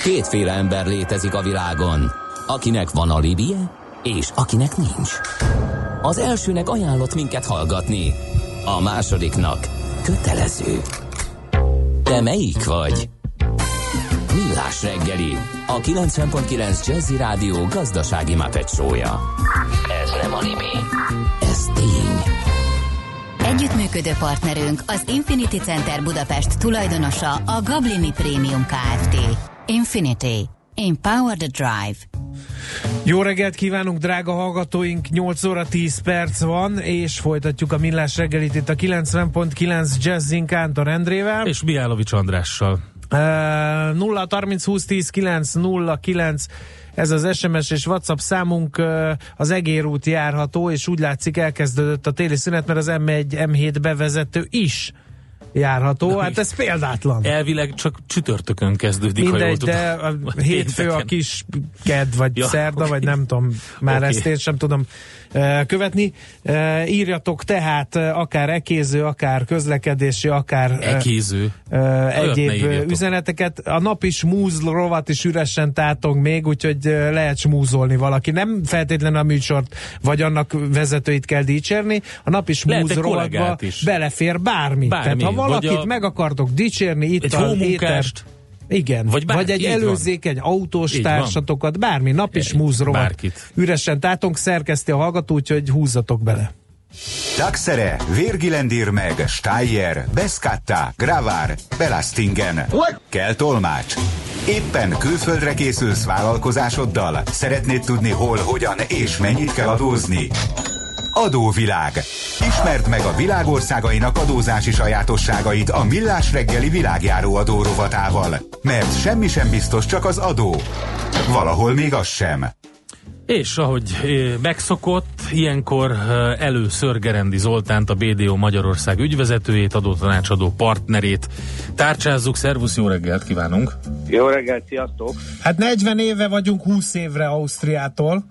Kétféle ember létezik a világon, akinek van alibije, és akinek nincs. Az elsőnek ajánlott minket hallgatni, a másodiknak kötelező. Te melyik vagy? Millás reggeli, a 90.9 Jazzy Rádió gazdasági Muppet show-ja. Ez nem anime, ez tény. Együttműködő partnerünk az Infinity Center Budapest tulajdonosa a Gablini Premium Kft. Infinity. Empower the Drive. Jó reggelt kívánunk, drága hallgatóink! 8 óra 10 perc van, és folytatjuk a Millás reggelit itt a 90.9 Jazzin Kántor Endrével. És Mihálovics Andrással. 0 30 20 10 9 0 9, ez az SMS és WhatsApp számunk. Az Egér út járható, és úgy látszik elkezdődött a téli szünet, mert az M1, M7 bevezető is járható. Hát ez példátlan. Elvileg csak csütörtökön kezdődik. Mindegy, de a hétfő a kis kedd, vagy szerda, vagy nem tudom, már ezt én sem tudom követni. Írjatok tehát akár ekéző, akár közlekedési, akár egyéb üzeneteket. A nap is múzl, rovat is üresen tátog még, úgyhogy lehet smúzolni valaki. Nem feltétlenül a műsort, vagy annak vezetőit kell dicsérni. A nap is múzl, rovatba belefér bármi. Tehát ha valakit meg akartok dicsérni, itt a étert, igen, vagy egy előzékeny autós társatokat, bármi, nap is múzrovat. Üresen tátunk, szerkeszti a hallgató, úgyhogy húzzatok bele. Taxere, Virgilendir meg, Steyer, Beskatta, Gravár, Belastingen. Kell tolmács. Éppen külföldre készülsz vállalkozásoddal? Szeretnéd tudni hol, hogyan és mennyit kell adózni? Adóvilág. Ismerd meg a világországainak adózási sajátosságait a Millás reggeli világjáró adó rovatával. Mert semmi sem biztos, csak az adó. Valahol még az sem. És ahogy megszokott, ilyenkor először Gerendi Zoltánt, a BDO Magyarország ügyvezetőjét, adótanácsadó partnerét tárcsázzuk. Szervusz, jó reggelt kívánunk! Jó reggelt, sziasztok! Hát 40 éve vagyunk 20 évre Ausztriától,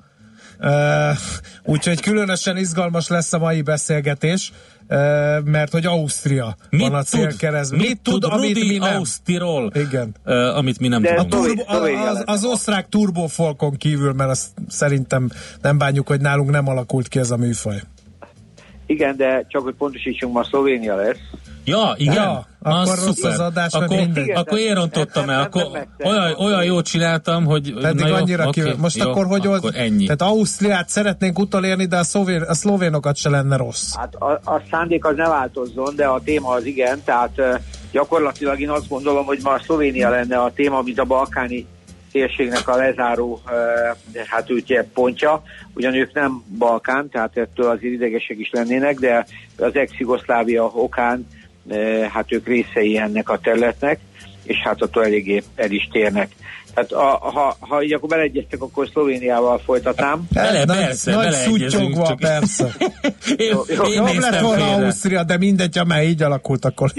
úgyhogy különösen izgalmas lesz a mai beszélgetés, mert hogy Ausztria van a célkeresztben. Mit tud amit mi nem? Ausztirol? Igen. Amit mi nem tudunk. Az osztrák turbofolkon kívül, mert azt szerintem nem bánjuk, hogy nálunk nem alakult ki ez a műfaj. Igen, de csak hogy pontosítsunk, ma Szlovénia lesz. Ja, igen. Ja, akkor rossz az adás, akkor én rontottam el. Olyan jót csináltam, hogy... Pedig annyira most jó, akkor ennyi. Tehát Ausztriát szeretnénk utolérni, de a szlovénokat se lenne rossz. Hát a szándék az ne változzon, de a téma az igen, tehát gyakorlatilag én azt gondolom, hogy ma a Szlovénia lenne a téma, mint a balkáni térségnek a lezáró hát ugye pontja, ugyan ők nem Balkán, tehát ettől azért idegesek is lennének, de az ex-Jugoszlávia okán hát ők részei ennek a területnek, és hát attól eléggé el is térnek. Tehát ha így akkor beleegyeztek, akkor Szlovéniával folytatnám. Nagy szuttyogva, persze. Jobb lett volna Ausztria, de mindegy, amely így alakult, akkor...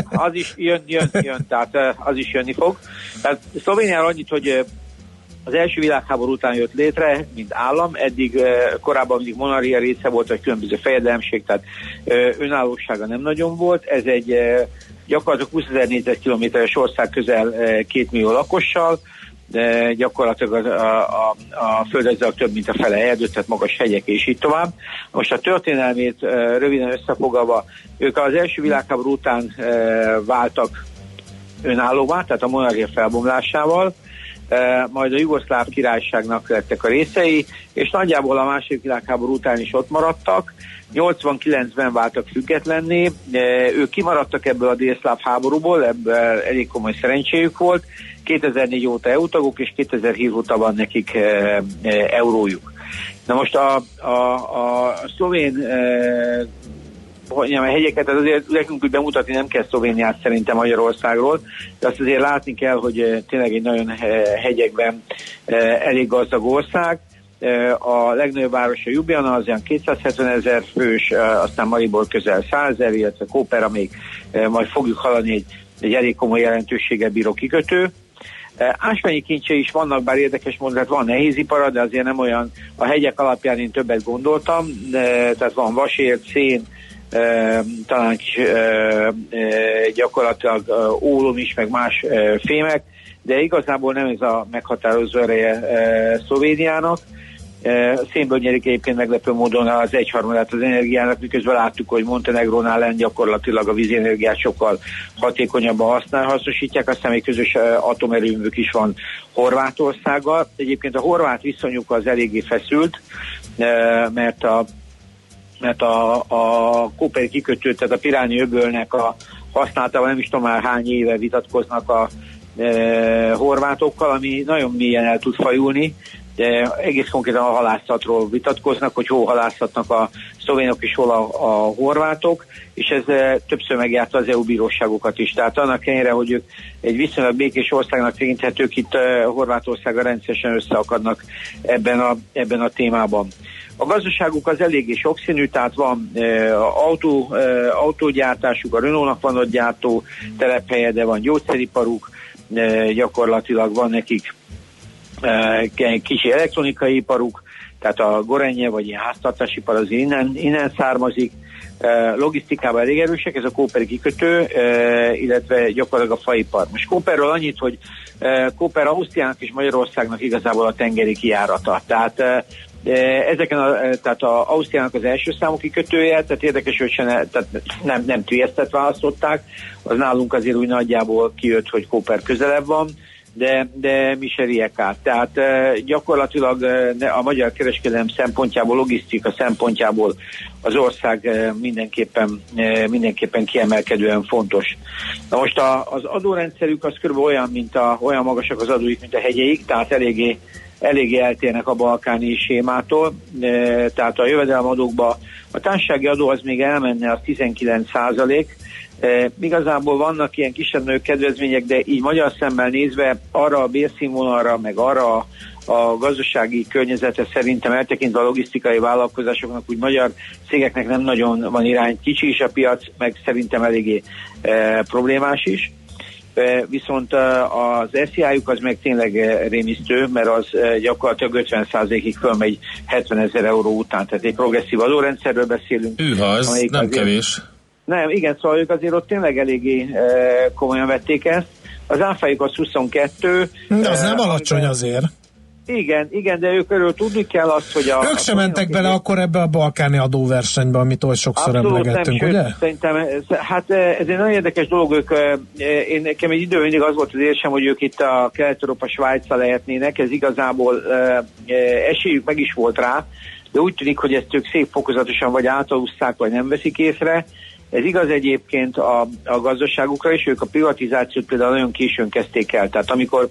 Jön, tehát az is jönni fog. Tehát Szlovéniára annyit, hogy az első világháború után jött létre, mint állam, eddig korábban mindig monarchia része volt, vagy különböző fejedelemség, tehát önállósága nem nagyon volt. Ez egy gyakorlatilag 20 000 négyzetkilométeres ország közel 2 millió lakossal, de gyakorlatilag a földrajzilag több mint a fele erdő, tehát magas hegyek és így tovább. Most a történelmét röviden összefoglalva, ők az első világháború után váltak önállóvá, tehát a monarchia felbomlásával, majd a Jugoszláv királyságnak lettek a részei, és nagyjából a második világháború után is ott maradtak. 89-ben váltak függetlenné, ők kimaradtak ebből a délszláv háborúból, ebből elég komoly szerencséjük volt. 2004 óta EU tagok, és 2007 óta van nekik eurójuk. Na most a szlovén a hegyeket, azért nekünk úgy bemutatni nem kell Szlovéniát szerintem Magyarországról, de azt azért látni kell, hogy tényleg egy nagyon hegyekben elég gazdag ország. A legnagyobb városa Ljubljana, az olyan 270 000 fős, aztán Maribor közel 100 000, illetve Kópera még majd fogjuk hallani egy elég komoly jelentőséggel bíró kikötő. Ásványi kincsei is vannak, bár érdekes módon, tehát van nehézipara, de azért nem olyan, a hegyek alapján én többet gondoltam, tehát van vasért, szén, talán kis gyakorlatilag ólom is, meg más fémek, de igazából nem ez a meghatározó ereje Szlovéniának. Szénből nyerik egyébként meglepő módon az 1/3 az energiának, miközben láttuk, hogy Montenegrónál gyakorlatilag a vízenergiát sokkal hatékonyabban hasznosítják, aztán még közös atomerőművük is van Horvátországgal. Egyébként a horvát viszonyuk az eléggé feszült, mert a Koperi kikötő, tehát a Piráni öbölnek a használatával nem is tudom már hány éve vitatkoznak a horvátokkal, ami nagyon mélyen el tud fajulni, de egész konkrétan a halászatról vitatkoznak, hogy hol halászhatnak a szlovénok és hol a horvátok, és ez többször megjárta az EU bíróságokat is. Tehát annak ellenére, hogy ők egy viszonylag békés országnak tekinthetők, itt Horvátországgal rendszeresen összeakadnak ebben a témában. A gazdaságuk az eléggé sokszínű, tehát van autógyártásuk, a Renault-nak van ott gyártó telephelye, de van gyógyszeriparuk, gyakorlatilag van nekik kicsi elektronikai iparuk, tehát a Gorenje vagy ilyen háztartásipar az innen származik. Logisztikában elég erősek, ez a Koperi kikötő, illetve gyakorlatilag a faipar. Most Koperről annyit, hogy Koper Ausztriának és Magyarországnak igazából a tengeri kijárata. Tehát tehát az Ausztriának az első számú kikötője, tehát érdekes, hogy nem Triestet választották, az nálunk azért úgy nagyjából kijött, hogy Koper közelebb van, de mi se Rijeka. Tehát gyakorlatilag a magyar kereskedelem szempontjából, logisztika szempontjából az ország mindenképpen kiemelkedően fontos. Na most az adórendszerük az kb. Olyan magasak az adóik, mint a hegyeik, tehát eléggé eltérnek a balkáni sémától, tehát a jövedelemadókban a társasági adó az még elmenne, az 19%. Igazából vannak ilyen kisebb kedvezmények, de így magyar szemmel nézve arra a bérszínvonalra, meg arra a gazdasági környezetre szerintem eltekintve a logisztikai vállalkozásoknak, úgy magyar cégeknek nem nagyon van irány, kicsi is a piac, meg szerintem eléggé problémás is. Viszont az SZI-juk az meg tényleg rémisztő, mert az gyakorlatilag 50%-ig fölmegy 70 000 euró után, tehát egy progresszív adórendszerről beszélünk. Az nem azért, kevés. Nem, igen, szóval ők azért ott tényleg eléggé komolyan vették ezt. Az áfájuk az 22. De az nem alacsony azért. Igen, de ők erről tudni kell azt, hogy ők sem mentek bele akkor ebbe a balkáni adóversenybe, amit oly sokszor emlegettünk, ugye? Szerintem, hát ez egy nagyon érdekes dolog, nekem egy idő mindig az volt az érzésem, hogy ők itt a Kelet-Európa Svájcra lehetnének, ez igazából esélyük meg is volt rá, de úgy tűnik, hogy ezt ők szép fokozatosan vagy átalusszák, vagy nem veszik észre. Ez igaz egyébként a gazdaságukra is, ők a privatizációt például nagyon későn kezdték el, tehát amikor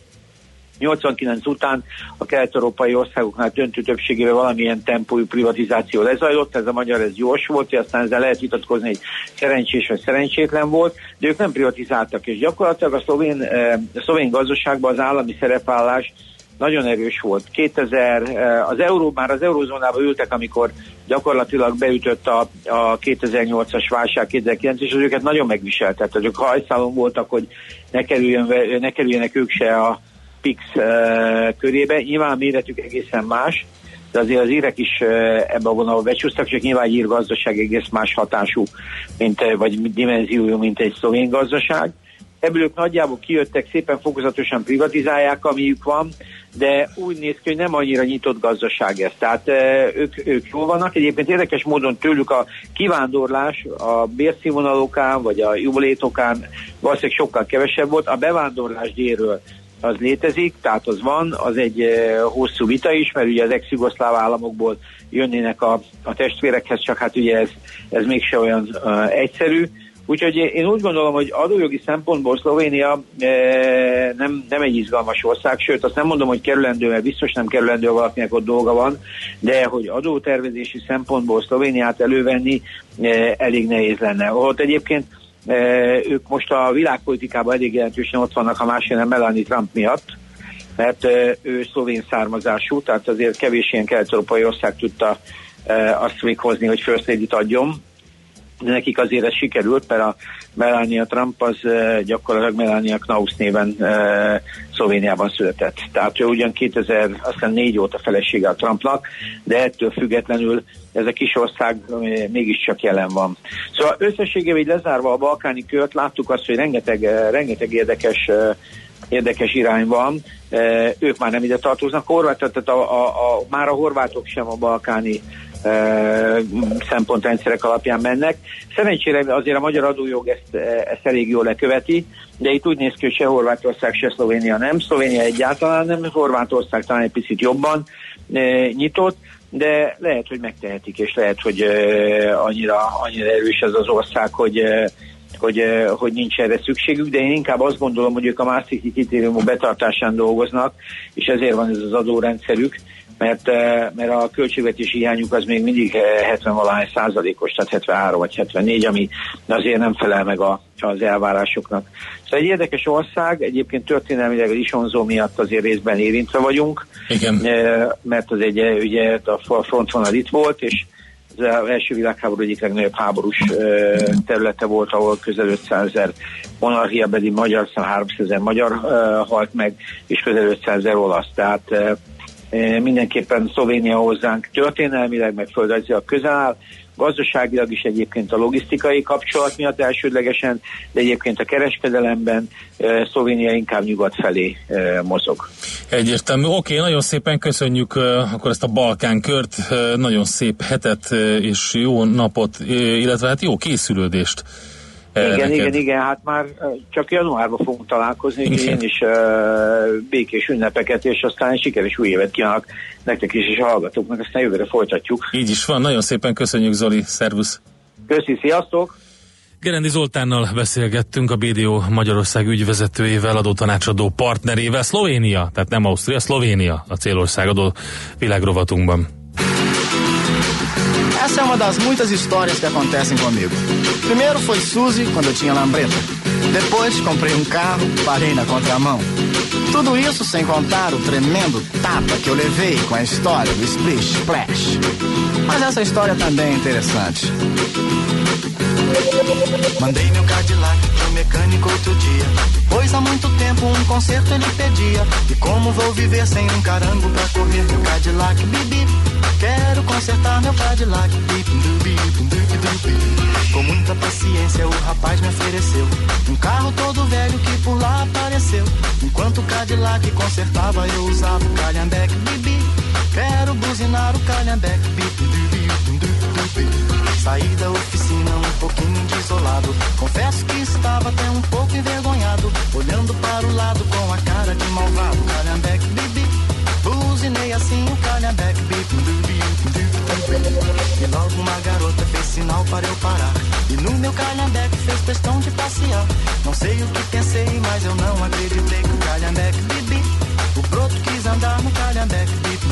89 után a kelet-európai országoknál döntő többségével valamilyen tempójú privatizáció lezajlott, ez a magyar ez gyors volt, és aztán ezzel lehet vitatkozni, hogy szerencsés vagy szerencsétlen volt, de ők nem privatizáltak, és gyakorlatilag a szlovén gazdaságban az állami szerepvállás nagyon erős volt. 2000, már az eurózónába ültek, amikor gyakorlatilag beütött a 2008-as válság, 2009, és az őket nagyon megviselt. Tehát azok hajszálon voltak, hogy ne kerüljenek ők se a PIX körébe. Nyilván a méretük egészen más, de azért az írek is ebbe a vonalba becsúsztak, csak nyilván ír gazdaság egész más hatású, vagy dimenziójú, mint egy szlovén gazdaság. Ebből ők nagyjából kijöttek, szépen fokozatosan privatizálják, amiük van, de úgy néz ki, hogy nem annyira nyitott gazdaság ez. Tehát ők jól vannak. Egyébként érdekes módon tőlük a kivándorlás a bérszínvonalokán, vagy a jubilétokán valószínűleg sokkal kevesebb volt. A bevándorlás délről az létezik, tehát az van, az egy hosszú vita is, mert ugye az ex-jugoszláv államokból jönnének a testvérekhez, csak hát ugye ez mégse olyan egyszerű. Úgyhogy én úgy gondolom, hogy adójogi szempontból Szlovénia nem egy izgalmas ország, sőt azt nem mondom, hogy kerülendő, mert biztos nem kerülendő, valakinek ott dolga van, de hogy adótervezési szempontból Szlovéniát elővenni elég nehéz lenne. Ott egyébként ők most a világpolitikában elég jelentősen ott vannak, ha másért nem Melania Trump miatt, mert ő szlovén származású, tehát azért kevés ilyen kelet-európai ország tudta azt még hozni, hogy First Lady-t adjon, de nekik azért ez sikerült, mert a Melania Trump az gyakorlatilag Melania Knaus néven Szlovéniában született. Tehát ő ugyan 2004 óta felesége a Trumpnak, de ettől függetlenül ez a kis ország mégiscsak jelen van. Szóval összességében így lezárva a balkáni kört láttuk azt, hogy rengeteg érdekes érdekes irányban. Ők már nem ide tartoznak. Tehát már a horvátok sem a balkáni szempontrendszerek alapján mennek. Szerencsére azért a magyar adójog ezt elég jól leköveti, de itt úgy néz ki, hogy se Horvátország, se Szlovénia nem. Szlovénia egyáltalán nem, Horvátország talán egy picit jobban nyitott, de lehet, hogy megtehetik, és lehet, hogy annyira erős ez az ország, hogy nincs erre szükségük, de én inkább azt gondolom, hogy ők a Maastrichti kritériumok betartásán dolgoznak, és ezért van ez az adórendszerük, mert a költségvetési hiányuk az még mindig 70-valahány százalékos, tehát 73 vagy 74, ami azért nem felel meg az elvárásoknak. Szóval egy érdekes ország, egyébként történelmileg a Lisonzó miatt azért részben érintve vagyunk, igen. Mert az ugye a frontvonal itt volt, és az első világháború egyik legnagyobb háborús területe volt, ahol közel 500 000 monarchiabeli magyar, 300 000 magyar halt meg, és közel 500 000 olasz. Tehát mindenképpen Szlovénia hozzánk történelmileg, meg földrajzilag közel áll, gazdaságilag is egyébként a logisztikai kapcsolat miatt elsődlegesen, de egyébként a kereskedelemben Szlovénia inkább nyugat felé mozog. Egyértelmű. Oké, nagyon szépen köszönjük akkor ezt a Balkánkört, nagyon szép hetet és jó napot, illetve hát jó készülődést. Igen, hát már csak januárban fogunk találkozni, én is békés ünnepeket, és aztán sikeres új évet kívánok nektek is, és a hallgatóknak, aztán jövőre folytatjuk. Így is van, nagyon szépen köszönjük, Zoli, szervusz! Köszi, sziasztok! Gerendi Zoltánnal beszélgettünk, a BDO Magyarország ügyvezetőjével, adótanácsadó partnerével. Szlovénia, tehát nem Ausztria, Szlovénia a célország adó világrovatunkban. Essa é uma das muitas histórias que acontecem comigo. Primeiro foi Suzy, quando eu tinha lambreta. Depois comprei um carro, parei na contramão. Tudo isso sem contar o tremendo tapa que eu levei com a história do Splish Splash. Mas essa história também é interessante. Mandei meu Cadillac pro mecânico outro dia, pois há muito tempo um conserto ele pedia. E como vou viver sem um carango pra correr meu Cadillac, bibi? Quero consertar meu Cadillac, com muita paciência o rapaz me ofereceu um carro todo velho que por lá apareceu. Enquanto o Cadillac consertava eu usava o calhambeque, bibi. Quero buzinar o calhambeque, saí da oficina um pouquinho desolado. Confesso que estava até um pouco envergonhado, olhando para o lado com a cara de malvado. Calhambeque, bibi, buzinei assim o calhambeque, e logo uma garota fez sinal para eu parar, e no meu calhambeque fez questão de passear. Não sei o que pensei, mas eu não acreditei que o calhambeque, bibi, o broto quis andar no calhambeque,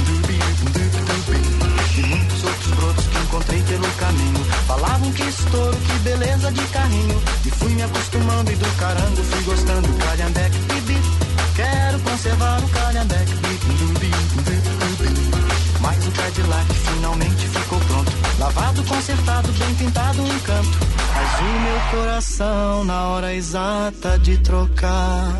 e muitos outros brotos que encontrei pelo caminho falavam que estouro, que beleza de carrinho. E fui me acostumando e do carango fui gostando. Calhambeque, bibi, quero conservar o calhambeque, mas o Cadillac finalmente ficou pronto, lavado, consertado, bem pintado, um encanto. Mas o meu coração na hora exata de trocar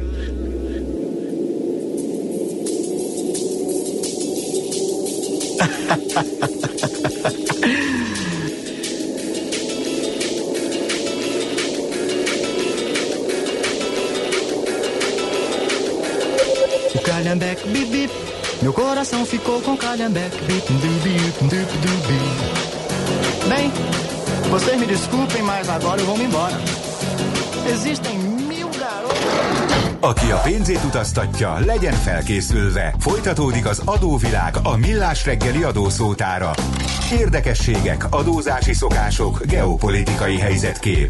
o calhambeque, bip, bip. Meu coração ficou com calhambeque, bip, bip, bip, bip, bip. Bem, vocês me desculpem, mas agora eu vou me embora. Existem 1000 garotos. Aki a pénzét utaztatja, legyen felkészülve. Folytatódik az adóvilág, a millás reggeli adószótára. Érdekességek, adózási szokások, geopolitikai helyzetkép.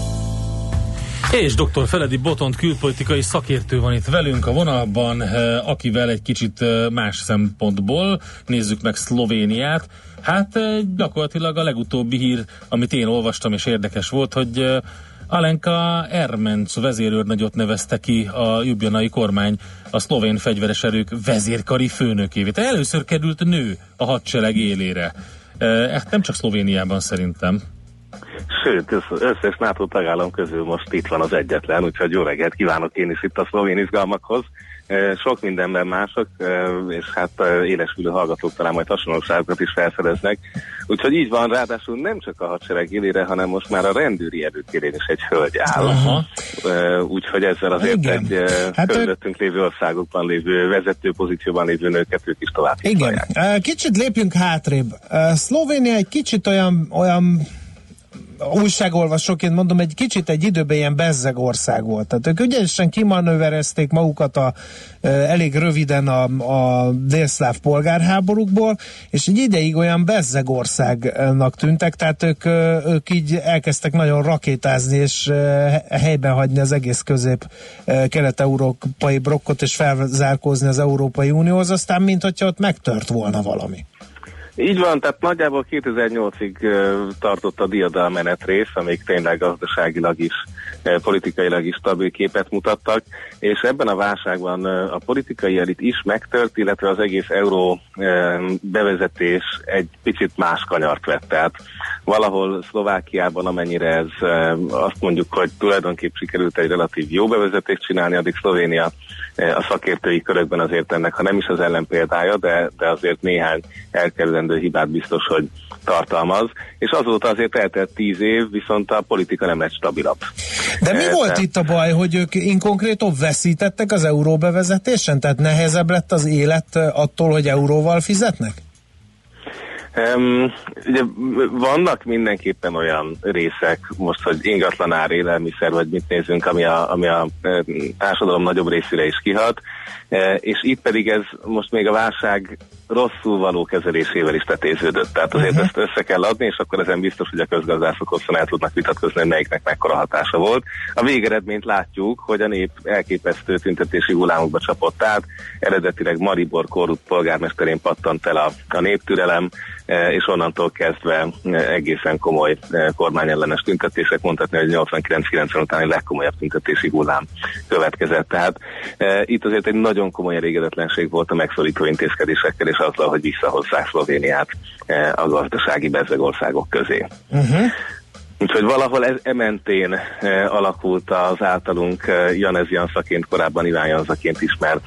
És dr. Feledi Botont külpolitikai szakértő van itt velünk a vonalban, akivel egy kicsit más szempontból nézzük meg Szlovéniát. Hát gyakorlatilag a legutóbbi hír, amit én olvastam és érdekes volt, hogy Alenka Ermenc vezérőrnagyot nevezte ki a ljubljanai kormány a szlovén fegyveres erők vezérkari főnökévé. Tehát először került nő a hadsereg élére. Nem csak Szlovéniában szerintem. Sőt, összes NATO tagállam közül most itt van az egyetlen, úgyhogy jó reggelt kívánok én is itt a szlovén izgalmakhoz. sok mindenben mások, és hát élesülő hallgatók talán majd hasonlóságokat is felfedeznek. Úgyhogy így van, ráadásul nem csak a hadsereg élére, hanem most már a rendőri erőkérén is egy hölgy áll. Úgyhogy ezzel azért egy körülöttünk lévő országokban lévő, vezető pozícióban lévő nőket ők is tovább. Igen. Kicsit lépjünk hátrébb. Szlovénia egy kicsit olyan újságolvasóként mondom, egy kicsit egy időben ilyen bezzeg ország volt. Tehát ők ügyesen kimanőverezték magukat elég röviden a délszláv polgárháborúkból, és egy ideig olyan bezzeg országnak tűntek, tehát ők így elkezdtek nagyon rakétázni, és helyben hagyni az egész közép-kelet-európai blokkot, és felzárkózni az Európai Unióhoz, aztán mint hogyha ott megtört volna valami. Így van, tehát nagyjából 2008-ig tartott a diadalmenetrész, amíg tényleg gazdaságilag is, politikailag is stabil képet mutattak, és ebben a válságban a politikai elit is megtört, illetve az egész euró bevezetés egy picit más kanyart vett. Tehát valahol Szlovákiában, amennyire ez azt mondjuk, hogy tulajdonképp sikerült egy relatív jó bevezetést csinálni, addig Szlovénia a szakértői körökben azért ennek, ha nem is az ellenpéldája, de azért néhány elkerülendő hibát biztos, hogy tartalmaz, és azóta azért eltelt 10 év, viszont a politika nem lett stabilabb. De mi volt itt a baj, hogy ők inkonkrétan veszítettek az euró bevezetésen? Tehát nehezebb lett az élet attól, hogy euróval fizetnek? Ugye vannak mindenképpen olyan részek, most, hogy ingatlanár, élelmiszer, vagy mit nézünk, ami a társadalom nagyobb részére is kihat, és itt pedig ez most még a válság rosszul való kezelésével is tetéződött. Tehát azért ezt össze kell adni, és akkor ezen biztos, hogy a közgazdászok hosszan el tudnak vitatkozni, hogy melyiknek mekkora hatása volt. A végeredményt látjuk, hogy a nép elképesztő tüntetési hullámokba csapott át. Eredetileg Maribor korrupt polgármesterén pattant el a néptürelem, és onnantól kezdve egészen komoly kormányellenes tüntetések, mondhatni, hogy 89-90 utáni legkomolyabb tüntetési hullám következett. Tehát itt azért egy nagyon komoly elégedetlenség volt a megszorító intézkedésekkel, és azzal, hogy visszahozzák Szlovéniát a gazdasági bezzegországok közé. Úgyhogy valahol ez ementén alakult az általunk Janez Janszaként, korábban Iván Janzaként ismert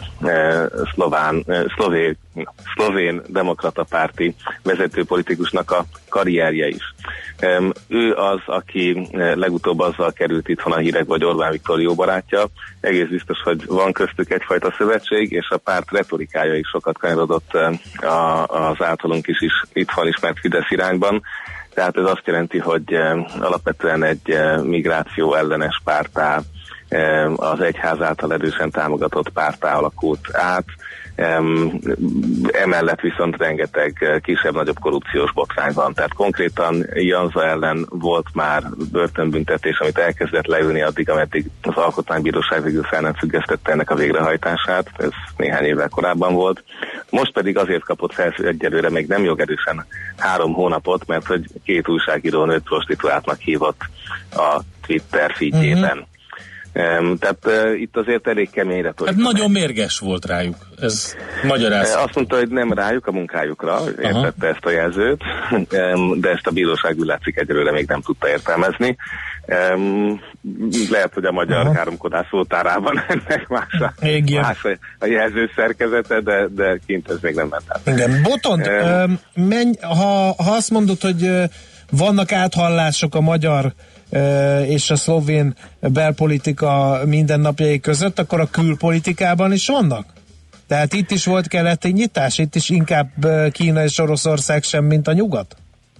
szlovén demokrata párti vezetőpolitikusnak a karrierje is. Ő az, aki legutóbb azzal került itthon a hírekbe, vagy Orbán Viktor jó barátja. Egész biztos, hogy van köztük egyfajta szövetség, és a párt retorikája is sokat kanyarodott az általunk is itthon ismert Fidesz irányban. Tehát ez azt jelenti, hogy alapvetően egy migráció ellenes párttá, az egyház által erősen támogatott párttá alakult át. Emellett viszont rengeteg kisebb-nagyobb korrupciós botrány van. Tehát konkrétan Janza ellen volt már börtönbüntetés, amit elkezdett leülni addig, ameddig az Alkotmánybíróság végül fel nem függesztette ennek a végrehajtását. Ez néhány évvel korábban volt. Most pedig azért kapott fel egyelőre még nem jogerősen 3 hónapot, mert hogy 2 újságíró nőt prostituáltnak hívott a Twitter feedjében. Tehát itt azért elég kemény retorika. Hát nagyon mérges volt rájuk, ez magyaráz. Azt mondta, hogy nem rájuk, a munkájukra, értette ezt a jelzőt, de ezt a bíróság úgy látszik egyelőre még nem tudta értelmezni. Lehet, hogy a magyar háromkodás szótárában ennek más a jelző szerkezete, de kint ez még nem ment át. Igen. Botond, ha azt mondod, hogy vannak áthallások a magyar és a szlovén belpolitika mindennapjai között, akkor a külpolitikában is vannak? Tehát itt is volt keleti nyitás, itt is inkább Kína és Oroszország sem, mint a nyugat?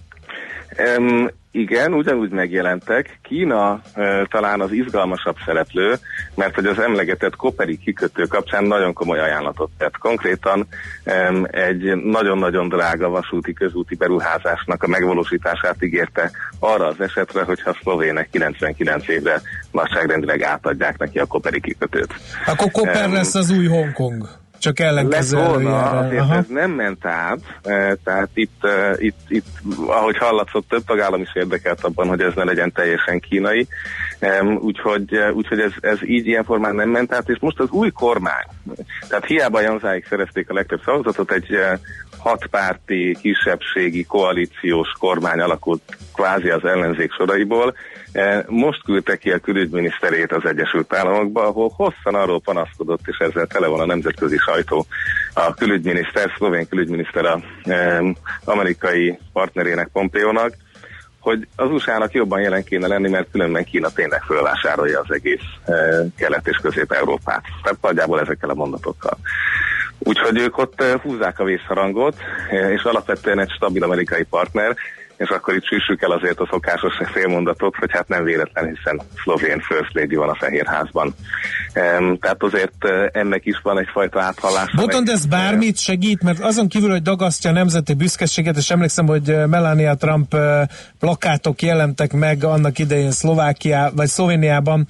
Igen, ugyanúgy megjelentek. Kína talán az izgalmasabb szereplő, mert hogy az emlegetett Koperi kikötő kapcsán nagyon komoly ajánlatot tett. Konkrétan egy nagyon-nagyon drága vasúti közúti beruházásnak a megvalósítását ígérte arra az esetre, hogyha a szlovének 99 évre nagyságrendileg átadják neki a Koperi kikötőt. Akkor Koper lesz az új Hongkong. Csak ellenkező azért ez nem ment át, tehát itt, ahogy hallatszott, több tagállam is érdekelt abban, hogy ez ne legyen teljesen kínai, úgyhogy ez így ilyen formán nem ment át, és most az új kormány, tehát hiába Janzáig szerezték a legtöbb szavazatot, egy 6 párti kisebbségi koalíciós kormány alakult kvázi az ellenzék soraiból, most küldte ki a külügyminiszterét az Egyesült Államokba, ahol hosszan arról panaszkodott, és ezzel tele van a nemzetközi sajtó. A külügyminiszter, szlovén külügyminiszter a amerikai partnerének, Pompeónak, hogy az USA-nak jobban jelen kéne lenni, mert különben Kína tényleg fölvásárolja az egész Kelet- és Közép-Európát. Tehát nagyjából ezekkel a mondatokkal. Úgyhogy ők ott húzzák a vészharangot, és alapvetően egy stabil amerikai partner, és akkor itt süssük el azért a szokásos félmondatot, hogy hát nem véletlen, hiszen szlovén First Lady van a Fehérházban. Tehát azért ennek is van egyfajta áthallása. Boton, de ez bármit segít, mert azon kívül, hogy dagasztja a nemzeti büszkeséget, és emlékszem, hogy Melania Trump plakátok jelentek meg annak idején Szlovéniában.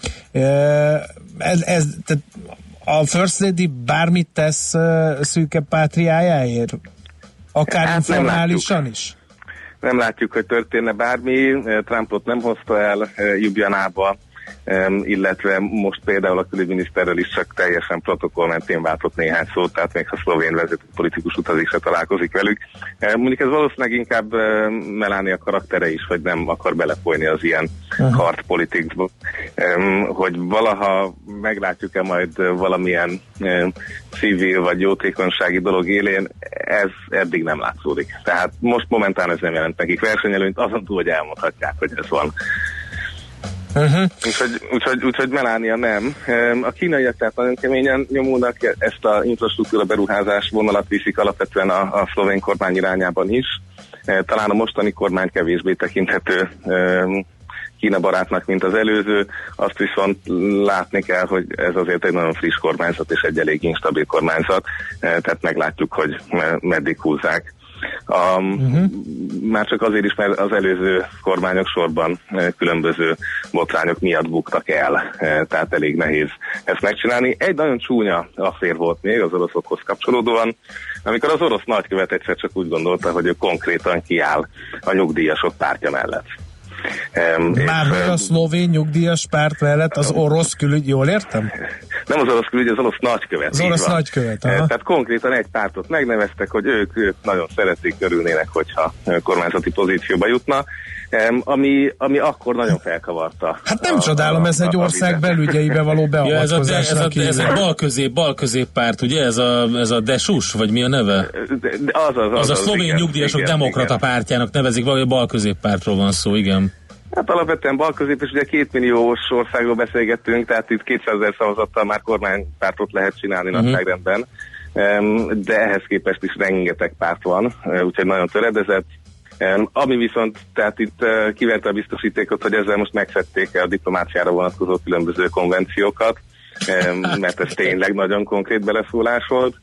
A First Lady bármit tesz szűke pátriájáért? Akár hát informálisan is? Nem látjuk, hogy történne bármi. Trumpot nem hozta el Ljubljanába, illetve most például a külügyminiszterrel is csak teljesen protokoll mentén váltott néhány szót, tehát még ha szlovén vezető politikus utazik, se találkozik velük. Mondjuk ez valószínűleg inkább Melania karaktere is, hogy nem akar belefolyni az ilyen kartpolitikba. Hogy valaha meglátjuk-e majd valamilyen civil vagy jótékonysági dolog élén, ez eddig nem látszódik. Tehát most momentán ez nem jelent nekik versenyelőnyt, azon túl, hogy elmondhatják, hogy ez van. Úgyhogy Melania nem. A kínaiak tehát nagyon keményen nyomulnak, ezt a infrastruktúra beruházás vonalat viszik alapvetően a szlovén kormány irányában is. Talán a mostani kormány kevésbé tekinthető Kína barátnak, mint az előző. Azt viszont látni kell, hogy ez azért egy nagyon friss kormányzat és egy elég instabil kormányzat, tehát meglátjuk, hogy meddig húzzák. Már csak azért is, mert az előző kormányok sorban különböző botrányok miatt buktak el, tehát elég nehéz ezt megcsinálni. Egy nagyon csúnya affér volt még az oroszokhoz kapcsolódóan, amikor az orosz nagykövet egyszer csak úgy gondolta, hogy ő konkrétan kiáll a nyugdíjasok pártja mellett. Már a szlovén nyugdíjas párt mellett az orosz külügy, jól értem? Nem az orosz külügy, az orosz nagykövet. Az orosz nagykövet, aha. Tehát konkrétan egy pártot megneveztek, hogy ők nagyon szeretik, örülnének, hogyha kormányzati pozícióba jutna, ami akkor nagyon felkavarta. Hát nem csodálom, ez egy ország belügyeibe való beavatkozásnak. Ez egy bal-közép párt, ugye? Ez a DESUS, vagy mi a neve? Az a szlovén nyugdíjasok demokrata pártjának nevezik, valahogy bal-közép pártról van szó, igen. Hát alapvetően bal-közép, és ugye 2 milliós országról beszélgettünk, tehát itt 200 000 szavazattal már kormánypártot lehet csinálni nagyságrendben, de ehhez képest is rengeteg párt van, úgyhogy nagyon töredezett. Ami viszont, tehát itt kiverte a biztosítékot, hogy ezzel most megszedték a diplomáciára vonatkozó különböző konvenciókat, mert ez tényleg nagyon konkrét beleszólás volt.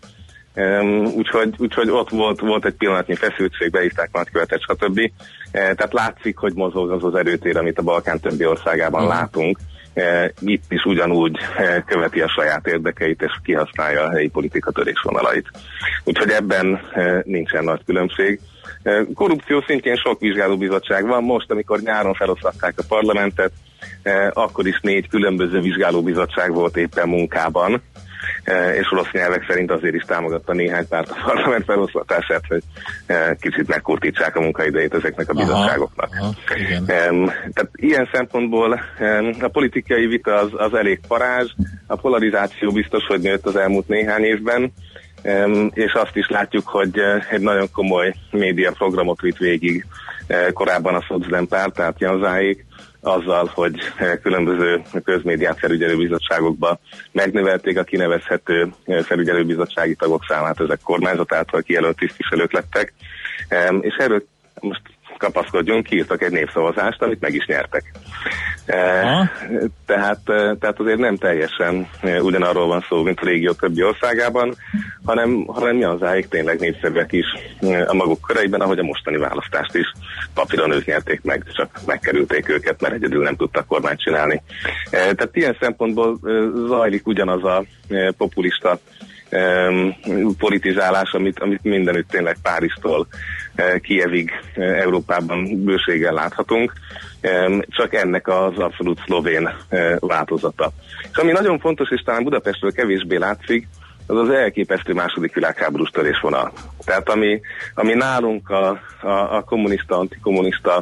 Úgyhogy ott volt egy pillanatnyi feszültség, beívták nagykövetet, stb. Tehát látszik, hogy mozog az az erőtér, amit a Balkán többi országában látunk. Itt is ugyanúgy követi a saját érdekeit, és kihasználja a helyi politika törésvonalait. Úgyhogy ebben nincsen nagy különbség. Korrupció szintjén sok vizsgálóbizottság van. Most, amikor nyáron feloszlatták a parlamentet, akkor is 4 különböző vizsgálóbizottság volt éppen munkában, és orosz nyelvek szerint azért is támogatta néhány párt a parlament feloszlatását, hogy kicsit megkurtítsák a munkaidejét ezeknek a bizottságoknak. Tehát ilyen szempontból a politikai vita az elég parázs, a polarizáció biztos, hogy nőtt az elmúlt néhány évben, és azt is látjuk, hogy egy nagyon komoly médiaprogramot vitt végig korábban a Szocdem párt, tehát Janzáék, azzal, hogy különböző közmédiát felügyelőbizottságokba megnövelték a kinevezhető felügyelőbizottsági tagok számát, ezek kormányzat által kijelölt tisztviselők lettek, és erről most kapaszkodjunk, kiírtak egy népszavazást, amit meg is nyertek. Tehát azért nem teljesen ugyanarról van szó, mint a régió többi országában, hanem Janzáék tényleg népszerűek is a maguk köreiben, ahogy a mostani választást is papíron ők nyerték meg, csak megkerülték őket, mert egyedül nem tudtak kormányt csinálni. Tehát ilyen szempontból zajlik ugyanaz a populista politizálás, amit mindenütt tényleg Párizstól Kijevig Európában bőséggel láthatunk, csak ennek az abszolút szlovén változata. És ami nagyon fontos, és talán Budapestről kevésbé látszik, az az elképesztő második világháborús törésvonal. Tehát ami nálunk a kommunista, antikommunista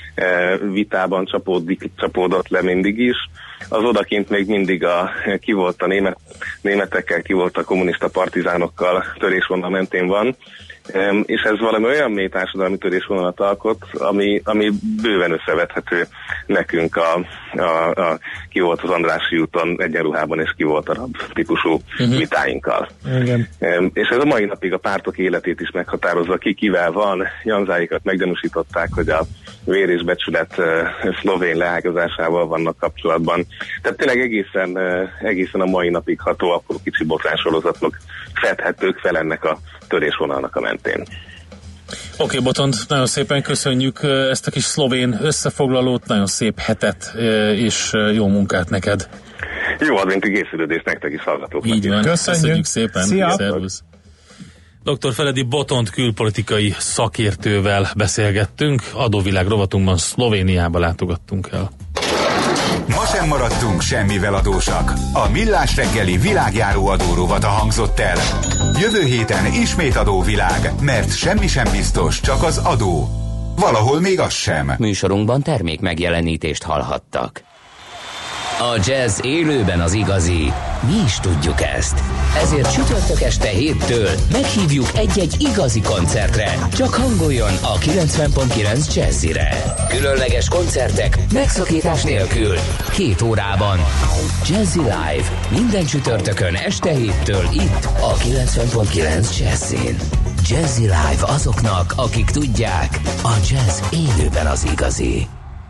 vitában csapódott le mindig is. Az odakint még mindig ki volt a németekkel, ki volt a kommunista partizánokkal törésvonal mentén van, és ez valami olyan mély társadalmi törésvonalat alkot, ami bőven összevethető nekünk a ki volt az Andrássy úton egyenruhában és ki volt a rab típusú vitáinkkal. Igen. És ez a mai napig a pártok életét is meghatározza, ki kivel van. Janzáikat meggyanúsították, hogy a vér és becsület szlovén leágazásával vannak kapcsolatban. Tehát tényleg egészen a mai napig ható apró kicsi botránysorozatok fedhetők fel ennek a törésvonalnak a mentén. Oké, Botond, nagyon szépen köszönjük ezt a kis szlovén összefoglalót, nagyon szép hetet, és jó munkát neked. Jó adventi készülődést nektek is, hallgatóknak. Így van, köszönjük szépen. Szia. Szervusz. Dr. Feledi Botond külpolitikai szakértővel beszélgettünk, adóvilág rovatunkban Szlovéniába látogattunk el. Ma sem maradtunk semmivel adósak. A Millás reggeli világjáró adórovata hangzott el. Jövő héten ismét adóvilág, mert semmi sem biztos, csak az adó. Valahol még az sem. Műsorunkban termék megjelenítést hallhattak. A jazz élőben az igazi. Mi is tudjuk ezt. Ezért csütörtök este 7-től meghívjuk egy-egy igazi koncertre. Csak hangoljon a 90.9 Jazzire. Különleges koncertek megszakítás nélkül. 2 órában. Jazzy Live. Minden csütörtökön este 7-től itt a 90.9 Jazzin. Jazzy Live azoknak, akik tudják, a jazz élőben az igazi.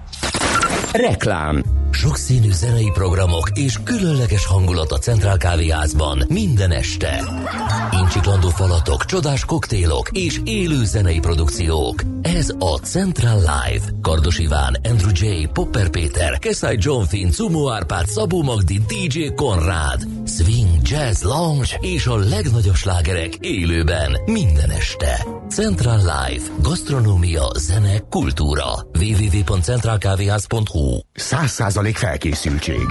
Reklám. Sokszínű zenei programok és különleges hangulat a Centrál Kávéházban minden este. Incsiklandó falatok, csodás koktélok és élő zenei produkciók. Ez a Central Live. Kardos Iván, Andrew J., Popper Péter, Keszai John Finn, Cumo Árpád, Szabó Magdi, DJ Konrád. Swing, jazz, lounge és a legnagyobb slágerek élőben minden este. Central Live. Gasztronómia, zene, kultúra. www.centralkávéház.hu 100% felkészültség,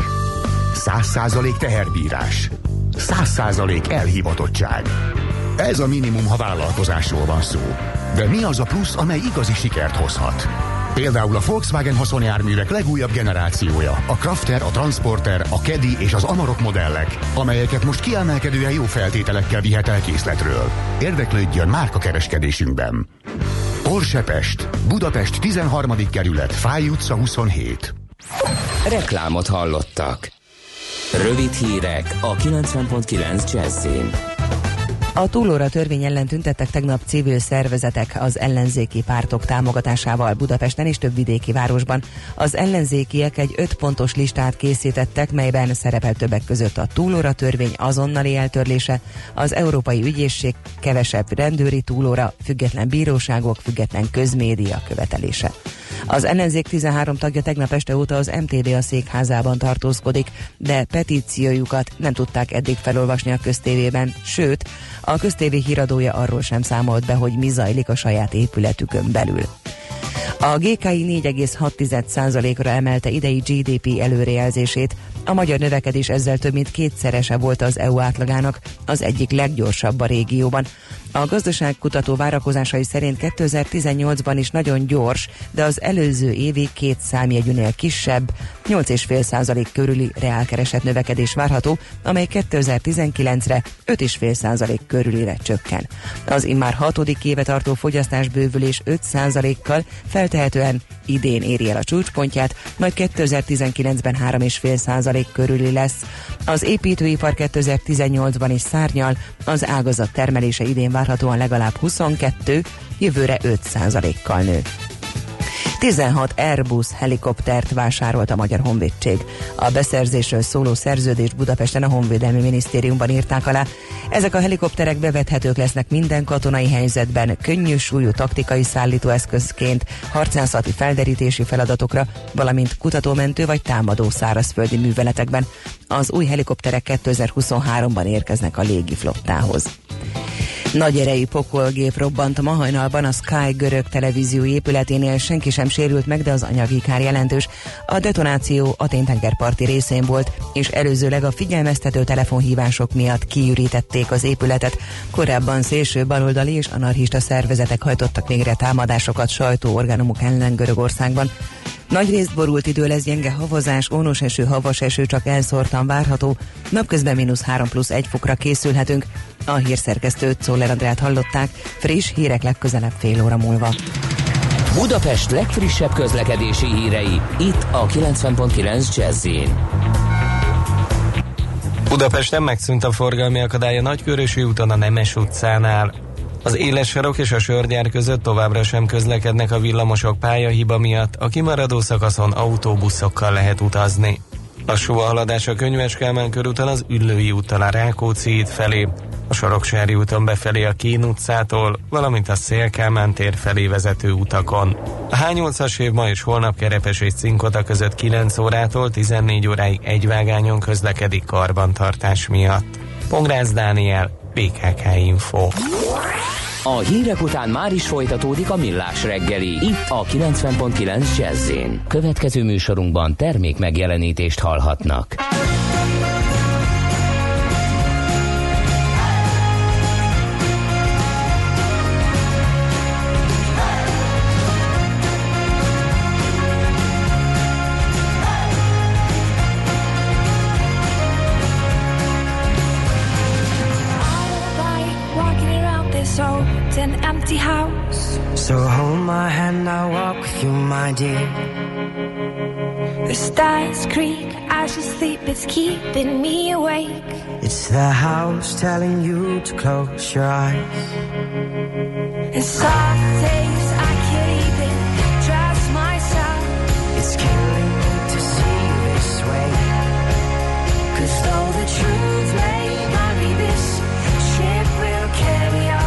100% teherbírás, 100% elhivatottság. Ez a minimum, ha vállalkozásról van szó. De mi az a plusz, amely igazi sikert hozhat? Például a Volkswagen haszonjárművek legújabb generációja, a Crafter, a Transporter, a Caddy és az Amarok modellek, amelyeket most kiemelkedően jó feltételekkel vihet el készletről. Érdeklődjön márkakereskedésünkben. Porsche Pest, Budapest 13. kerület, Fáy utca 27. Reklámot hallottak. Rövid hírek a 90.9 Jazzin. A túlóra törvény ellen tüntettek tegnap civil szervezetek az ellenzéki pártok támogatásával Budapesten és több vidéki városban. Az ellenzékiek egy 5 pontos listát készítettek, melyben szerepel többek között a túlóra törvény azonnali eltörlése, az Európai Ügyészség kevesebb rendőri túlóra, független bíróságok, független közmédia követelése. Az ellenzék 13 tagja tegnap este óta az MTV-a székházában tartózkodik, de petíciójukat nem tudták eddig felolvasni a köztévében, sőt, a köztévé híradója arról sem számolt be, hogy mi zajlik a saját épületükön belül. A GKI 4,6%-ra emelte idei GDP előrejelzését, a magyar növekedés ezzel több mint 2-szerese volt az EU átlagának, az egyik leggyorsabb a régióban. A gazdaságkutató várakozásai szerint 2018-ban is nagyon gyors, de az előző évi 2 számjegyűnél kisebb, 8,5% körüli reálkeresett növekedés várható, amely 2019-re 5,5% körülire csökken. Az immár 6. éve tartó fogyasztásbővülés 5%-kal feltehetően idén éri el a csúcspontját, majd 2019-ben 3,5% körüli lesz. Az építőipar 2018-ban is szárnyal, az ágazat termelése idén várhatóan legalább 22, jövőre 5%-kal nő. 16 Airbus helikoptert vásárolt a Magyar Honvédség. A beszerzésről szóló szerződést Budapesten a Honvédelmi Minisztériumban írták alá. Ezek a helikopterek bevethetők lesznek minden katonai helyzetben, könnyű súlyú taktikai szállítóeszközként, harcászati felderítési feladatokra, valamint kutatómentő vagy támadó szárazföldi műveletekben. Az új helikopterek 2023-ban érkeznek a légiflottához. Nagy erejű pokolgép robbant ma hajnalban a Sky görög televízió épületénél, senki sem sérült meg, de az anyagi kár jelentős. A detonáció Atén tengerparti részén volt, és előzőleg a figyelmeztető telefonhívások miatt kiürítették az épületet. Korábban szélső baloldali és anarchista szervezetek hajtottak végre támadásokat sajtóorgánumok ellen Görögországban. Nagyrészt borult idő lesz, gyenge havazás, ónos eső, havas eső csak elszórtan várható. Napközben -3+1 fokra készülhetünk. A hírszerkesztőt, Czoller Andrát hallották, friss hírek legközelebb fél óra múlva. Budapest legfrissebb közlekedési hírei, itt a 90.9 Jazz-in. Budapesten megszűnt a forgalmi akadály a Nagykörösi úton a Nemes utcánál. Az éles sarok és a Sörgyár között továbbra sem közlekednek a villamosok pályahiba miatt, a kimaradó szakaszon autóbuszokkal lehet utazni. Lassú a haladás a Könyves Kálmán körúton az Üllői úttal a Rákóczi híd felé, a Soroksári úton befelé a Kín utcától, valamint a Széll-Kálmán tér felé vezető utakon. A H8-as év ma és holnap Kerepes és Cinkota között 9 órától 14 óráig egyvágányon közlekedik karbantartás miatt. Pongrácz Dániel, BKK Info. A hírek után már is folytatódik a Millás reggeli, itt a 90.9 Jazz-in. Következő műsorunkban termék megjelenítést hallhatnak. An empty house. So hold my hand, I'll walk with you, my dear. The stars creak as you sleep, it's keeping me awake. It's the house telling you to close your eyes. And some days I can't even trust myself. It's killing me to see you this way. 'Cause though the truth may vary, this ship will carry on.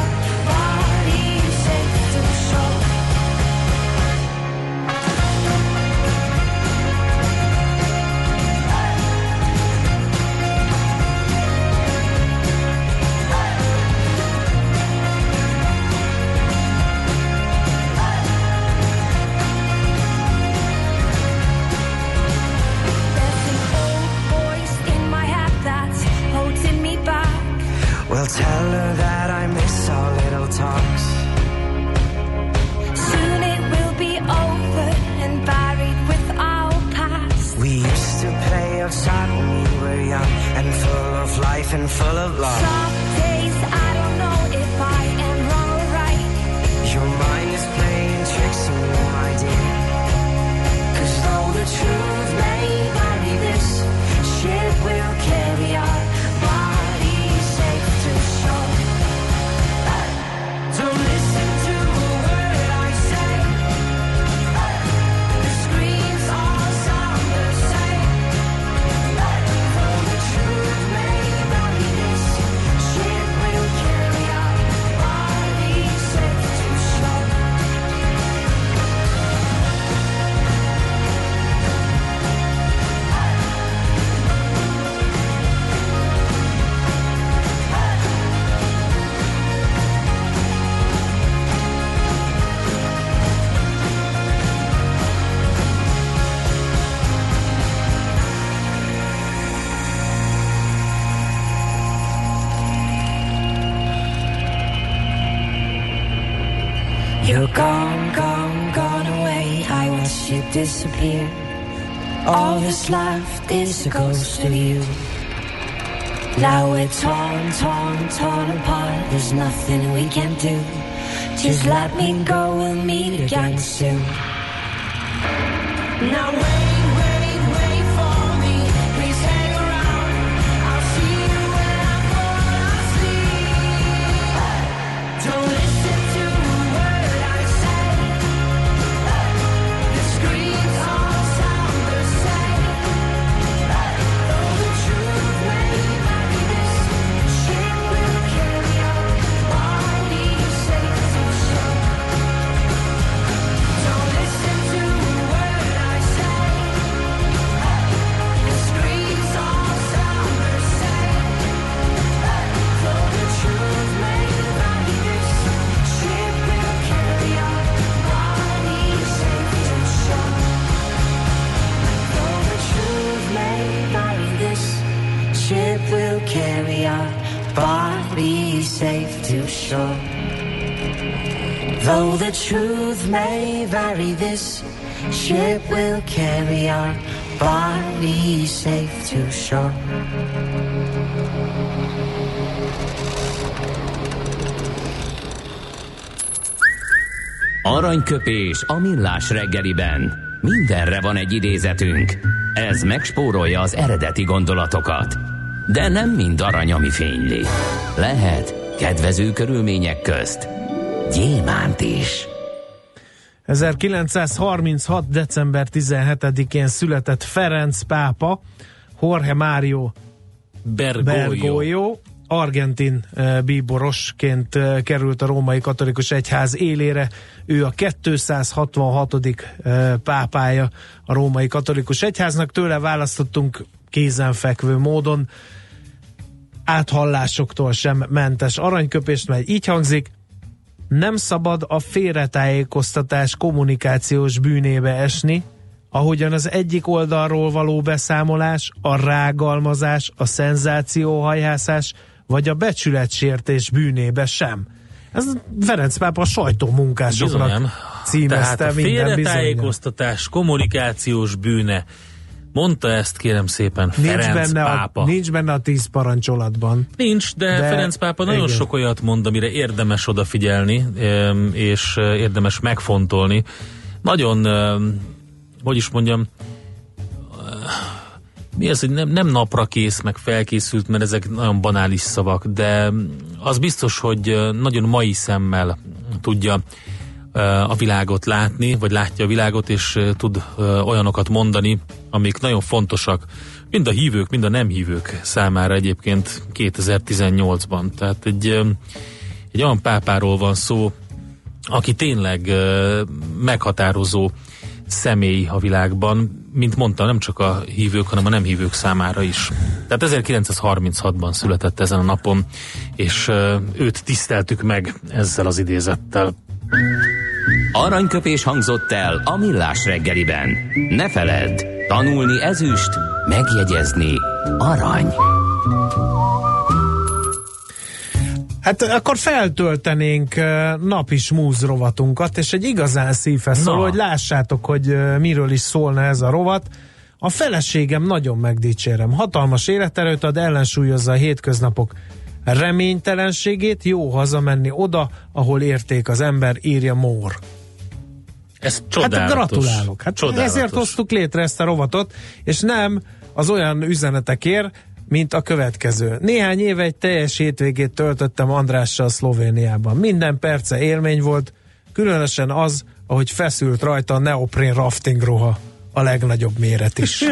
Well, tell her that I miss our little talks. Soon it will be over and buried with our past. We used to play outside when we were young and full of life and full of love. Some days I don't know if I am wrong or right. Your mind is playing tricks on me, my dear. 'Cause though the truth may vary, this ship will carry on. Don't listen to a word I say. The screams all sound the same. Though the truth may vary, this ship will carry on. Body safe to shore. You're gone, gone, gone away. I watched you disappear. All that's left is a ghost of you. Now we're torn, torn, torn apart. There's nothing we can do. Just let me go, we'll meet again soon. Now wait, wait, wait for me. Please hang around. I'll see you when I fall asleep. Don't listen to a word I say. The screams all sound the same. Though the truth may vary, this ship will carry on. Body safe to shore. Don't listen to a word I say. body safe to shore. Though the truth may vary, this ship will carry our body safe to shore. Aranyköpés a millás reggeliben. Mindenre van egy idézetünk. Ez megspórolja az eredeti gondolatokat. De nem mind arany, ami fényli. Lehet kedvező körülmények közt gyémánt is. 1936. december 17-én született Ferenc pápa, Jorge Mario Bergoglio, argentin bíborosként került a római katolikus egyház élére. Ő a 266. pápája a római katolikus egyháznak. Tőle választottunk kézenfekvő módon, áthallásoktól sem mentes aranyköpést, mert így hangzik: nem szabad a félretájékoztatás kommunikációs bűnébe esni, ahogyan az egyik oldalról való beszámolás, a rágalmazás, a szenzációhajhászás vagy a becsületsértés bűnébe sem. Ez Ferenc pápa a sajtómunkásoknak címezte. Tehát a félretájékoztatás kommunikációs bűne. Mondta ezt, kérem szépen, Ferenc pápa. Nincs benne a 10 parancsolatban. Nincs, de Ferenc pápa nagyon sok olyat mond, amire érdemes odafigyelni, és érdemes megfontolni. Nagyon, hogy is mondjam, mi az, hogy nem napra kész, meg felkészült, mert ezek nagyon banális szavak, de az biztos, hogy nagyon mai szemmel tudja a világot látni, vagy látja a világot, és tud olyanokat mondani, amik nagyon fontosak, mind a hívők, mind a nem hívők számára egyébként 2018-ban. Tehát egy olyan pápáról van szó, aki tényleg meghatározó személy a világban, mint mondta, nem csak a hívők, hanem a nem hívők számára is. Tehát 1936-ban született ezen a napon, és őt tiszteltük meg ezzel az idézettel. Aranyköpés hangzott el a millás reggeliben. Ne feledd, tanulni ezüst, megjegyezni arany. Hát akkor feltöltenénk napi smúz rovatunkat, és egy igazán szívhez szóló, hogy lássátok, hogy miről is szólna ez a rovat. A feleségem nagyon megdicsérem. Hatalmas életerőt ad, ellensúlyozza a hétköznapok reménytelenségét, jó hazamenni oda, ahol érték az ember, írja Mór. Ez csodálatos. Hát gratulálok. Hát csodálatos. Ezért hoztuk létre ezt a rovatot, és nem az olyan üzenetekért, mint a következő. Néhány éve egy teljes hétvégét töltöttem Andrással Szlovéniában. Minden perce élmény volt, különösen az, ahogy feszült rajta a neoprén rafting ruha. A legnagyobb méret is.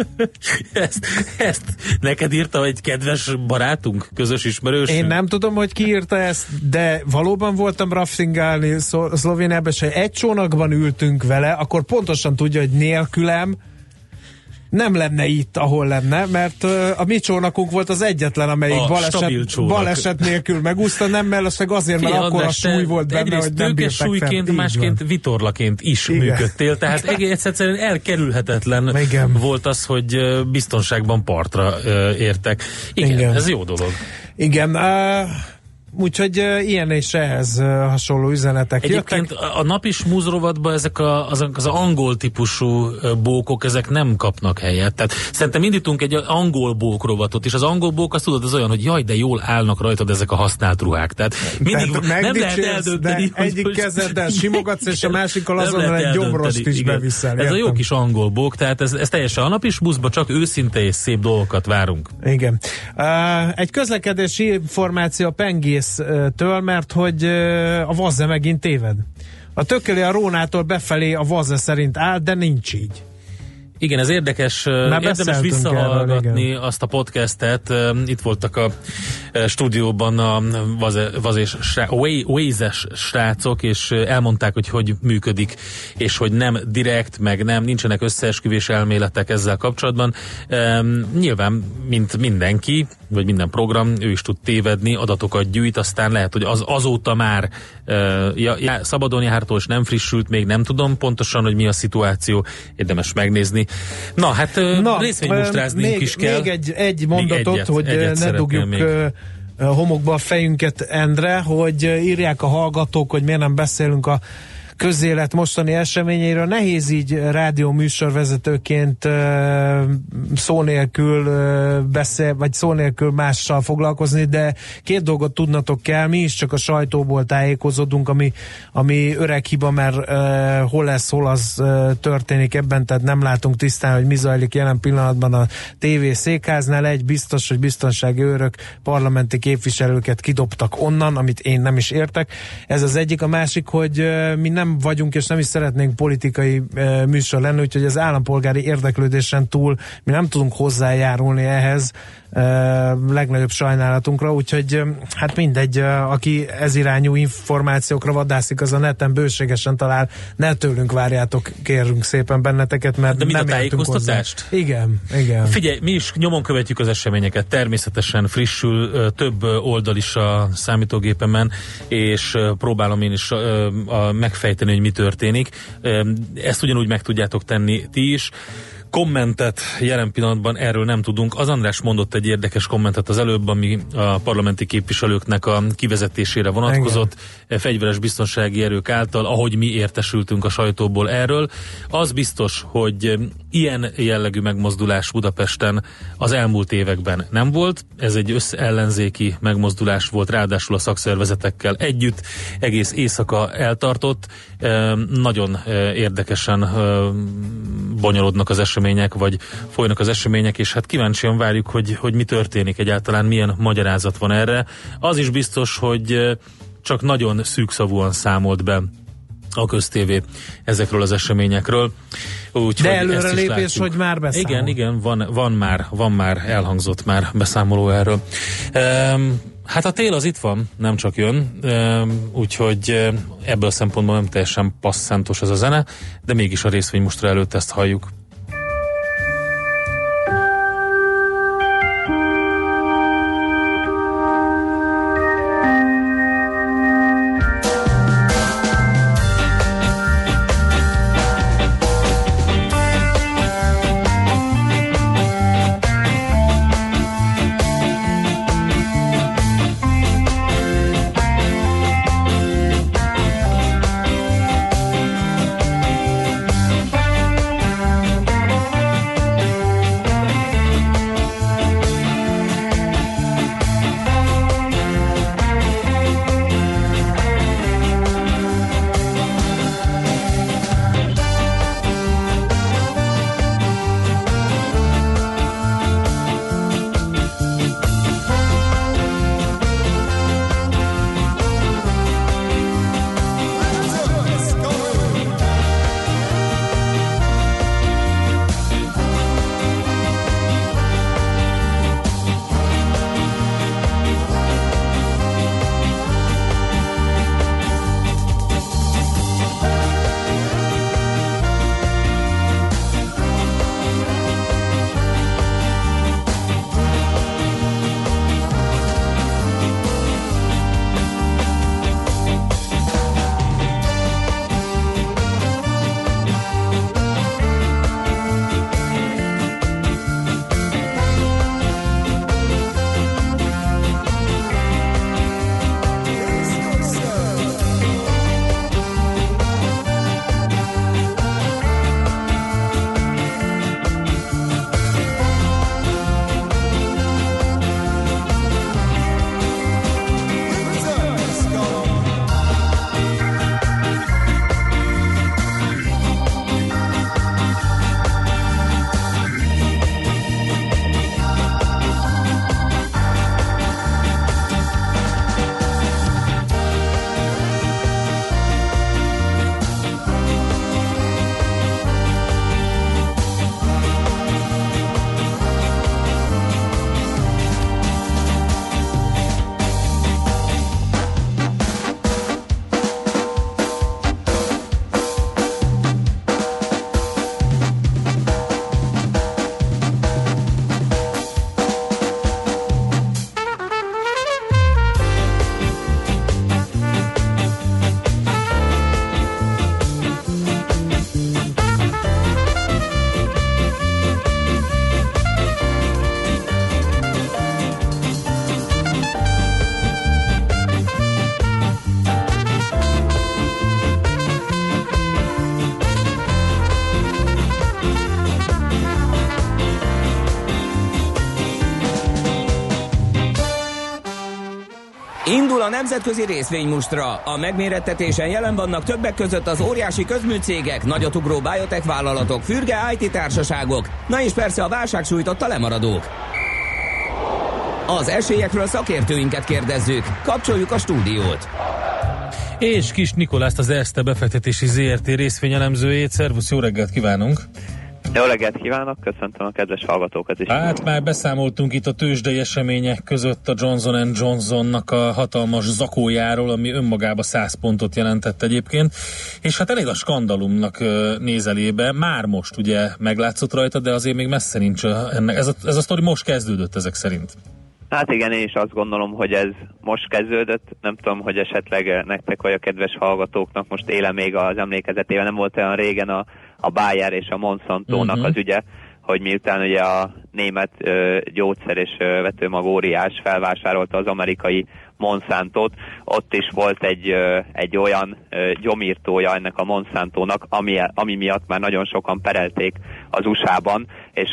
Ezt neked írta egy kedves barátunk, közös ismerős? Én nem tudom, hogy ki írta ezt, de valóban voltam raftingálni Szlovéniában, és ha egy csónakban ültünk vele, akkor pontosan tudja, hogy nélkülem nem lenne itt, ahol lenne, mert a mi csónakunk volt az egyetlen, amelyik baleset nélkül megúszta, nem mellesleg azért, mert akkor a súly volt benne, hogy nem bírták fel. Súlyként, másként vitorlaként is működtél, tehát egész egyszerűen elkerülhetetlen volt az, hogy biztonságban partra értek. Igen, ez jó dolog. Igen, úgyhogy ilyen és ehhez hasonló üzenetek egyébként jöttek. A napi smúzrovatban ezek az angol típusú bókok, ezek nem kapnak helyet. Tehát szerintem indítunk egy angol bókrovatot, és az angol bók, azt tudod, az olyan, hogy jaj, de jól állnak rajtad ezek a használt ruhák. Tehát mindig nem lehet eldönteni. Egyik kezeddel simogatsz, és a másikkal azonnal egy gyomrost is beviszel. Ez a jó kis angol bók, tehát ez teljesen a napi smúzban csak őszinte és szép dolgokat várunk. Igen. Egy közlekedési információ a Pengész-től, mert hogy a Vaze megint téved. A Tököli a Rónától befelé a Vaze szerint áll, de nincs így. Igen, ez érdekes, érdemes visszahallgatni azt a podcastet. Itt voltak a stúdióban a Waze-es srácok, és elmondták, hogy működik, és hogy nem direkt, meg nincsenek összeesküvés elméletek ezzel kapcsolatban. Nyilván, mint mindenki, vagy minden program, ő is tud tévedni, adatokat gyűjt, aztán lehet, hogy azóta már szabadon jártó, és nem frissült, még nem tudom pontosan, hogy mi a szituáció, érdemes megnézni. Na, hát részvénymustrázni is kell. Még egy mondatot, hogy ne dugjuk homokba a fejünket, Endre, hogy írják a hallgatók, hogy miért nem beszélünk a közélet mostani eseményeiről. Nehéz így rádió műsorvezetőként szó nélkül vagy szó nélkül mással foglalkozni, de két dolgot tudnatok kell, mi is csak a sajtóból tájékozódunk, ami öreg hiba, mert hol lesz, hol az történik ebben, tehát nem látunk tisztán, hogy mi zajlik jelen pillanatban a TV székháznál. Egy biztos, hogy biztonsági őrök parlamenti képviselőket kidobtak onnan, amit én nem is értek. Ez az egyik. A másik, hogy mi nem vagyunk, és nem is szeretnénk politikai műsor lenni, úgyhogy az állampolgári érdeklődésen túl mi nem tudunk hozzájárulni ehhez legnagyobb sajnálatunkra, úgyhogy hát mindegy, aki ez irányú információkra vadászik, az a neten bőségesen talál, ne tőlünk várjátok, kérünk szépen benneteket, mert de nem a tájékoztatást? Igen. Figyelj, mi is nyomon követjük az eseményeket, természetesen frissül több oldal is a számítógépemen, és próbálom én is megfejteni, hogy mi történik. Ezt ugyanúgy meg tudjátok tenni ti is. Kommentet jelen pillanatban erről nem tudunk. Az András mondott egy érdekes kommentet az előbb, ami a parlamenti képviselőknek a kivezetésére vonatkozott, fegyveres biztonsági erők által, ahogy mi értesültünk a sajtóból erről. Az biztos, hogy ilyen jellegű megmozdulás Budapesten az elmúlt években nem volt. Ez egy összellenzéki megmozdulás volt, ráadásul a szakszervezetekkel együtt, egész éjszaka eltartott. Nagyon érdekesen bonyolodnak az események, vagy folynak az események, és hát kíváncsian várjuk, hogy mi történik egyáltalán, milyen magyarázat van erre. Az is biztos, hogy csak nagyon szűkszavúan számolt be a köztévé ezekről az eseményekről. De előrelépés, hogy már beszámol. Igen, van már, elhangzott már beszámoló erről. Hát a tél az itt van, nem csak jön, úgyhogy ebből a szempontból nem teljesen passzántos ez a zene, de mégis a részvénymustra előtt ezt halljuk. Indul a nemzetközi részvénymustra. A megmérettetésen jelen vannak többek között az óriási közműcégek, nagyotugró biotech vállalatok, fürge IT társaságok, na és persze a válság sújtotta lemaradók. Az esélyekről szakértőinket kérdezzük. Kapcsoljuk a stúdiót. És Kis Nikolászt, az Erste befektetési ZRT részvényelemzőjét. Szervusz, jó reggelt kívánunk! Jó reggelt kívánok, köszöntöm a kedves hallgatókat is. Hát már beszámoltunk itt a tőzsdei események között a Johnson & Johnsonnak a hatalmas zakójáról, ami önmagában 100 pontot jelentett egyébként, és hát elég a skandalumnak nézelébe. Már most ugye meglátszott rajta, de azért még messze nincs ennek. Ez a sztori most kezdődött ezek szerint. Hát igen, én is azt gondolom, hogy ez most kezdődött. Nem tudom, hogy esetleg nektek vagy a kedves hallgatóknak most éle még az emlékezetével. Nem volt olyan régen a Bayer és a Monsantónak az ügye, hogy miután ugye a német gyógyszer és vetőmag óriás felvásárolta az amerikai Monsantót, ott is volt egy olyan gyomírtója ennek a Monsantónak, ami miatt már nagyon sokan perelték az USA-ban, és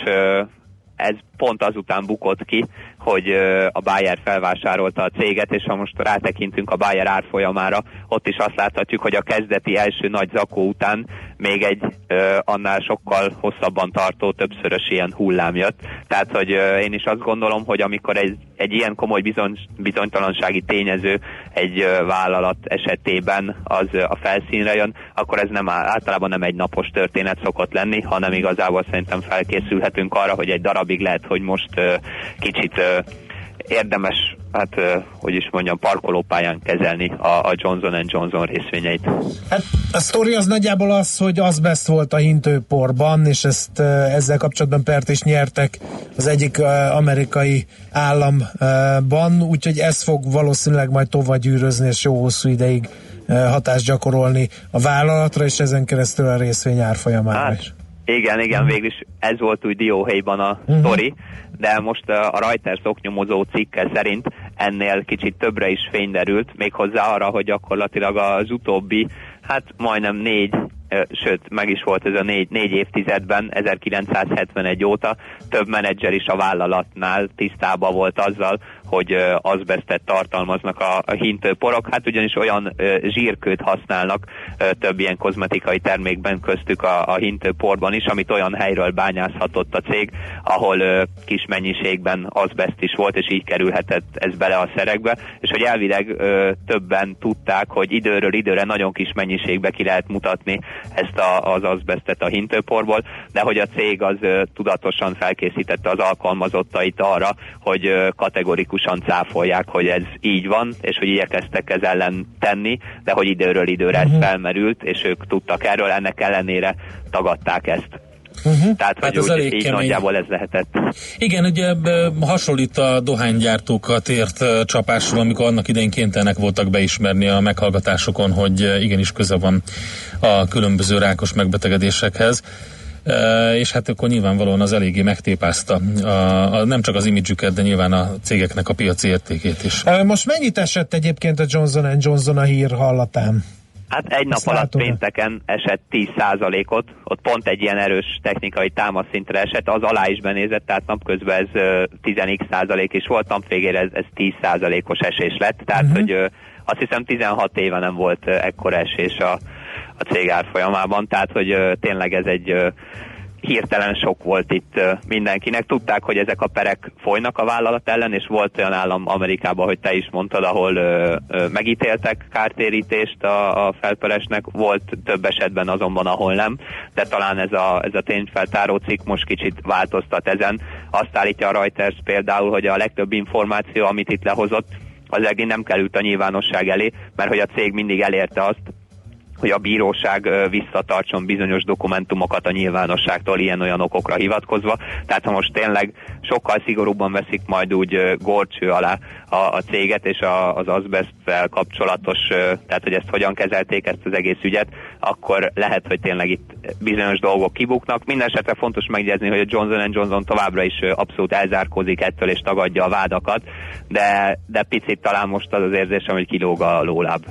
ez pont azután bukott ki, hogy a Bayer felvásárolta a céget, és ha most rátekintünk a Bayer árfolyamára, ott is azt láthatjuk, hogy a kezdeti első nagy zakó után még egy annál sokkal hosszabban tartó, többszörös ilyen hullám jött. Tehát, hogy én is azt gondolom, hogy amikor egy ilyen komoly bizonytalansági tényező egy vállalat esetében az a felszínre jön, akkor ez általában nem egy napos történet szokott lenni, hanem igazából szerintem felkészülhetünk arra, hogy egy darabig lehet, hogy most kicsit érdemes, hogy is mondjam, parkolópályán kezelni a Johnson & Johnson részvényeit. Hát a sztori az nagyjából az, hogy azbest volt a hintőporban, és ezzel kapcsolatban pert is nyertek az egyik amerikai államban, úgyhogy ez fog valószínűleg majd tovagyűrözni, és jó hosszú ideig hatást gyakorolni a vállalatra, és ezen keresztül a részvény árfolyamára is. Igen, végülis ez volt úgy dióhéjban a sztori, de most a Reuters oknyomozó cikke szerint ennél kicsit többre is fény derült, méghozzá arra, hogy gyakorlatilag az utóbbi, majdnem 4, sőt, meg is volt ez a 4 évtizedben, 1971 óta több menedzser is a vállalatnál tisztában volt azzal, hogy azbestet tartalmaznak a hintőporok, ugyanis olyan zsírkőt használnak több ilyen kozmetikai termékben, köztük a hintőporban is, amit olyan helyről bányászhatott a cég, ahol kis mennyiségben azbest is volt, és így kerülhetett ez bele a szerekbe, és hogy elvileg többen tudták, hogy időről időre nagyon kis mennyiségbe ki lehet mutatni ezt az azbestet a hintőporból, de hogy a cég az tudatosan felkészítette az alkalmazottait arra, hogy kategorikusan cáfolják, hogy ez így van, és hogy igyekeztek ez ellen tenni, de hogy időről időre ez felmerült, és ők tudtak erről, ennek ellenére tagadták ezt. Tehát, hogy ez elég így nagyjából ez lehetett. Igen, ugye hasonlít a dohánygyártókat ért csapásról, amikor annak idején kénytelenek voltak beismerni a meghallgatásokon, hogy igenis köze van a különböző rákos megbetegedésekhez. És hát akkor nyilvánvalóan az eléggé megtépázta nem csak az imidzsüket, de nyilván a cégeknek a piaci értékét is. Most mennyit esett egyébként a Johnson & Johnson a hír hallatán? Egy nap alatt pénteken esett 10%-ot, ott pont egy ilyen erős technikai támaszszintre esett, az alá is benézett, tehát napközben ez 10% is volt, napvégére ez 10%-os esés lett, tehát hogy azt hiszem 16 éve nem volt ekkora esés a cég árfolyamában, tehát hogy tényleg ez egy hirtelen sok volt itt mindenkinek. Tudták, hogy ezek a perek folynak a vállalat ellen, és volt olyan állam Amerikában, hogy te is mondtad, ahol megítéltek kártérítést a felperesnek, volt több esetben azonban, ahol nem, de talán ez a tényfeltáró cikk most kicsit változtat ezen. Azt állítja a Reuters például, hogy a legtöbb információ, amit itt lehozott, az egész nem került a nyilvánosság elé, mert hogy a cég mindig elérte azt, hogy a bíróság visszatartson bizonyos dokumentumokat a nyilvánosságtól ilyen-olyan okokra hivatkozva. Tehát ha most tényleg sokkal szigorúbban veszik majd úgy górcső alá a céget és az azbesttel kapcsolatos, tehát hogy ezt hogyan kezelték, ezt az egész ügyet, akkor lehet, hogy tényleg itt bizonyos dolgok kibuknak. Mindenesetre fontos megjegyezni, hogy a Johnson & Johnson továbbra is abszolút elzárkózik ettől és tagadja a vádakat, de picit talán most az érzésem, hogy kilóg a lóláb.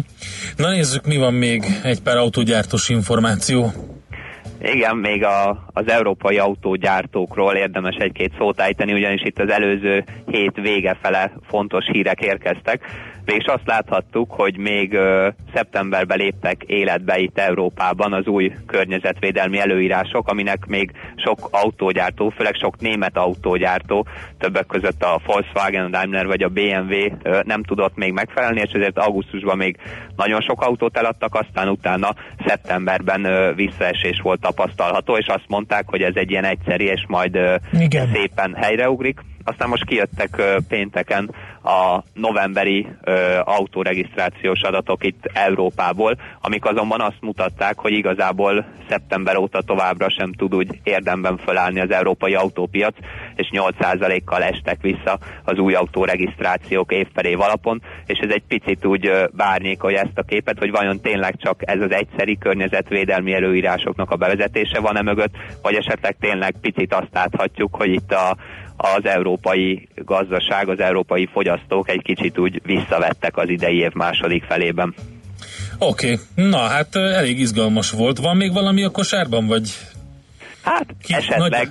Na nézzük, mi van még, egy pár autógyártós információ. Igen, még az európai autógyártókról érdemes egy-két szót ejteni, ugyanis itt az előző hét vége fele fontos hírek érkeztek. És azt láthattuk, hogy még szeptemberben léptek életbe itt Európában az új környezetvédelmi előírások, aminek még sok autógyártó, főleg sok német autógyártó, többek között a Volkswagen, a Daimler vagy a BMW nem tudott még megfelelni, és ezért augusztusban még nagyon sok autót eladtak, aztán utána szeptemberben visszaesés volt tapasztalható, és azt mondták, hogy ez egy ilyen egyszeri, és majd szépen helyreugrik. Aztán most kijöttek pénteken a novemberi autóregisztrációs adatok itt Európából, amik azonban azt mutatták, hogy igazából szeptember óta továbbra sem tud úgy érdemben fölállni az európai autópiac, és 8%-kal estek vissza az új autóregisztrációk év per év alapon, és ez egy picit úgy bárnyékolja ezt a képet, hogy vajon tényleg csak ez az egyszeri környezetvédelmi előírásoknak a bevezetése van-e mögött, vagy esetleg tényleg picit azt láthatjuk, hogy itt az európai gazdaság, az európai fogyasztók egy kicsit úgy visszavettek az idei év második felében. Oké. Na hát elég izgalmas volt. Van még valami a kosárban, vagy? Hát esetleg,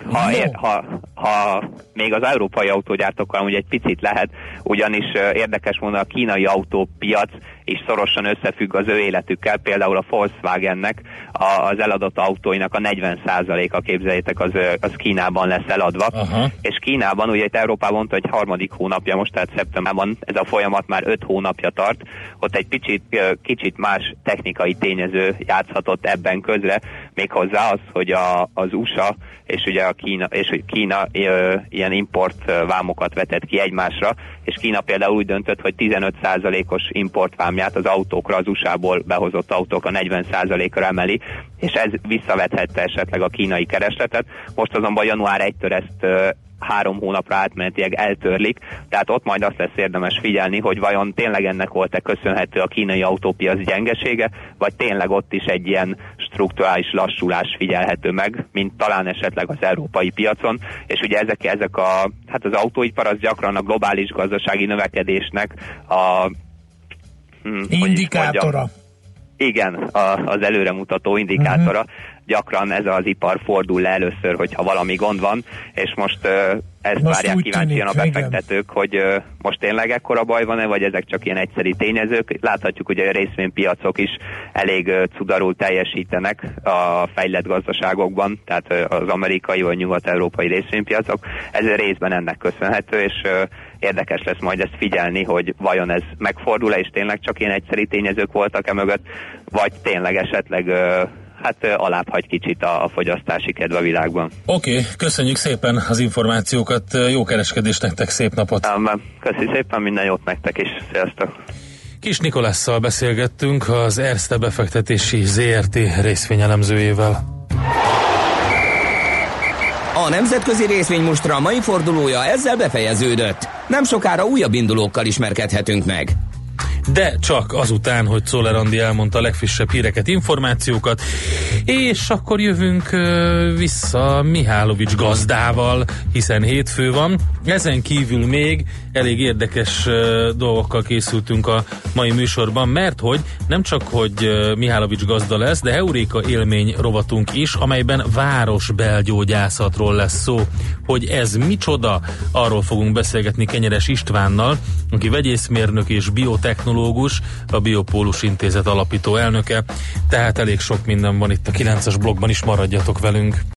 ha még az európai autógyártókkal ugye egy picit lehet, ugyanis érdekes módon a kínai autópiac is szorosan összefügg az ő életükkel, például a Volkswagennek az eladott autóinak a 40%-a, képzeljétek, az Kínában lesz eladva. Aha. És Kínában, ugye itt Európában mondta, hogy harmadik hónapja most, tehát szeptemberben ez a folyamat már 5 hónapja tart, ott egy kicsit más technikai tényező játszhatott ebben közre, méghozzá az, hogy az USA és ugye Kína ilyen importvámokat vetett ki egymásra, és Kína például úgy döntött, hogy 15%-os importvámját az autókra, az USA-ból behozott autókra 40%-ra emeli, és ez visszavethette esetleg a kínai keresletet. Most azonban január 1-től ezt 3 hónapra átmenetileg eltörlik, tehát ott majd azt lesz érdemes figyelni, hogy vajon tényleg ennek volt-e köszönhető a kínai autópiac gyengesége, vagy tényleg ott is egy ilyen strukturális lassulás figyelhető meg, mint talán esetleg az európai piacon, és ugye az autóipar az gyakran a globális gazdasági növekedésnek a indikátora. Igen, az előremutató indikátora. Gyakran ez az ipar fordul le először, hogyha valami gond van, és most ezt várják kíváncsian a befektetők, hogy most tényleg ekkora baj van-e, vagy ezek csak ilyen egyszeri tényezők. Láthatjuk, hogy a részvénypiacok is elég cudarul teljesítenek a fejlett gazdaságokban, tehát az amerikai vagy nyugat-európai részvénypiacok. Ez részben ennek köszönhető, és érdekes lesz majd ezt figyelni, hogy vajon ez megfordul-e, és tényleg csak ilyen egyszeri tényezők voltak-e mögött, vagy tényleg esetleg alább hagy kicsit a fogyasztási kedve a világban. Oké, köszönjük szépen az információkat, jó kereskedést nektek, szép napot! Köszi szépen, minden jót nektek is, sziasztok! Kis Nikolásszal beszélgettünk, az Erste befektetési ZRT részvényelemzőjével. A nemzetközi részvénymustra mai fordulója ezzel befejeződött. Nem sokára újabb indulókkal ismerkedhetünk meg. De csak azután, hogy Czoller Andi elmondta a legfrissebb híreket, információkat, és akkor jövünk vissza Mihálovics gazdával, hiszen hétfő van. Ezen kívül még elég érdekes dolgokkal készültünk a mai műsorban, mert hogy nem csak, hogy Mihálovics gazda lesz, de Heuréka élmény rovatunk is, amelyben városbelgyógyászatról lesz szó. Hogy ez micsoda, arról fogunk beszélgetni Kenyeres Istvánnal, aki vegyészmérnök és biotechnológus, a Biopólus Intézet alapító elnöke, tehát elég sok minden van itt a 9-es blokkban is, maradjatok velünk.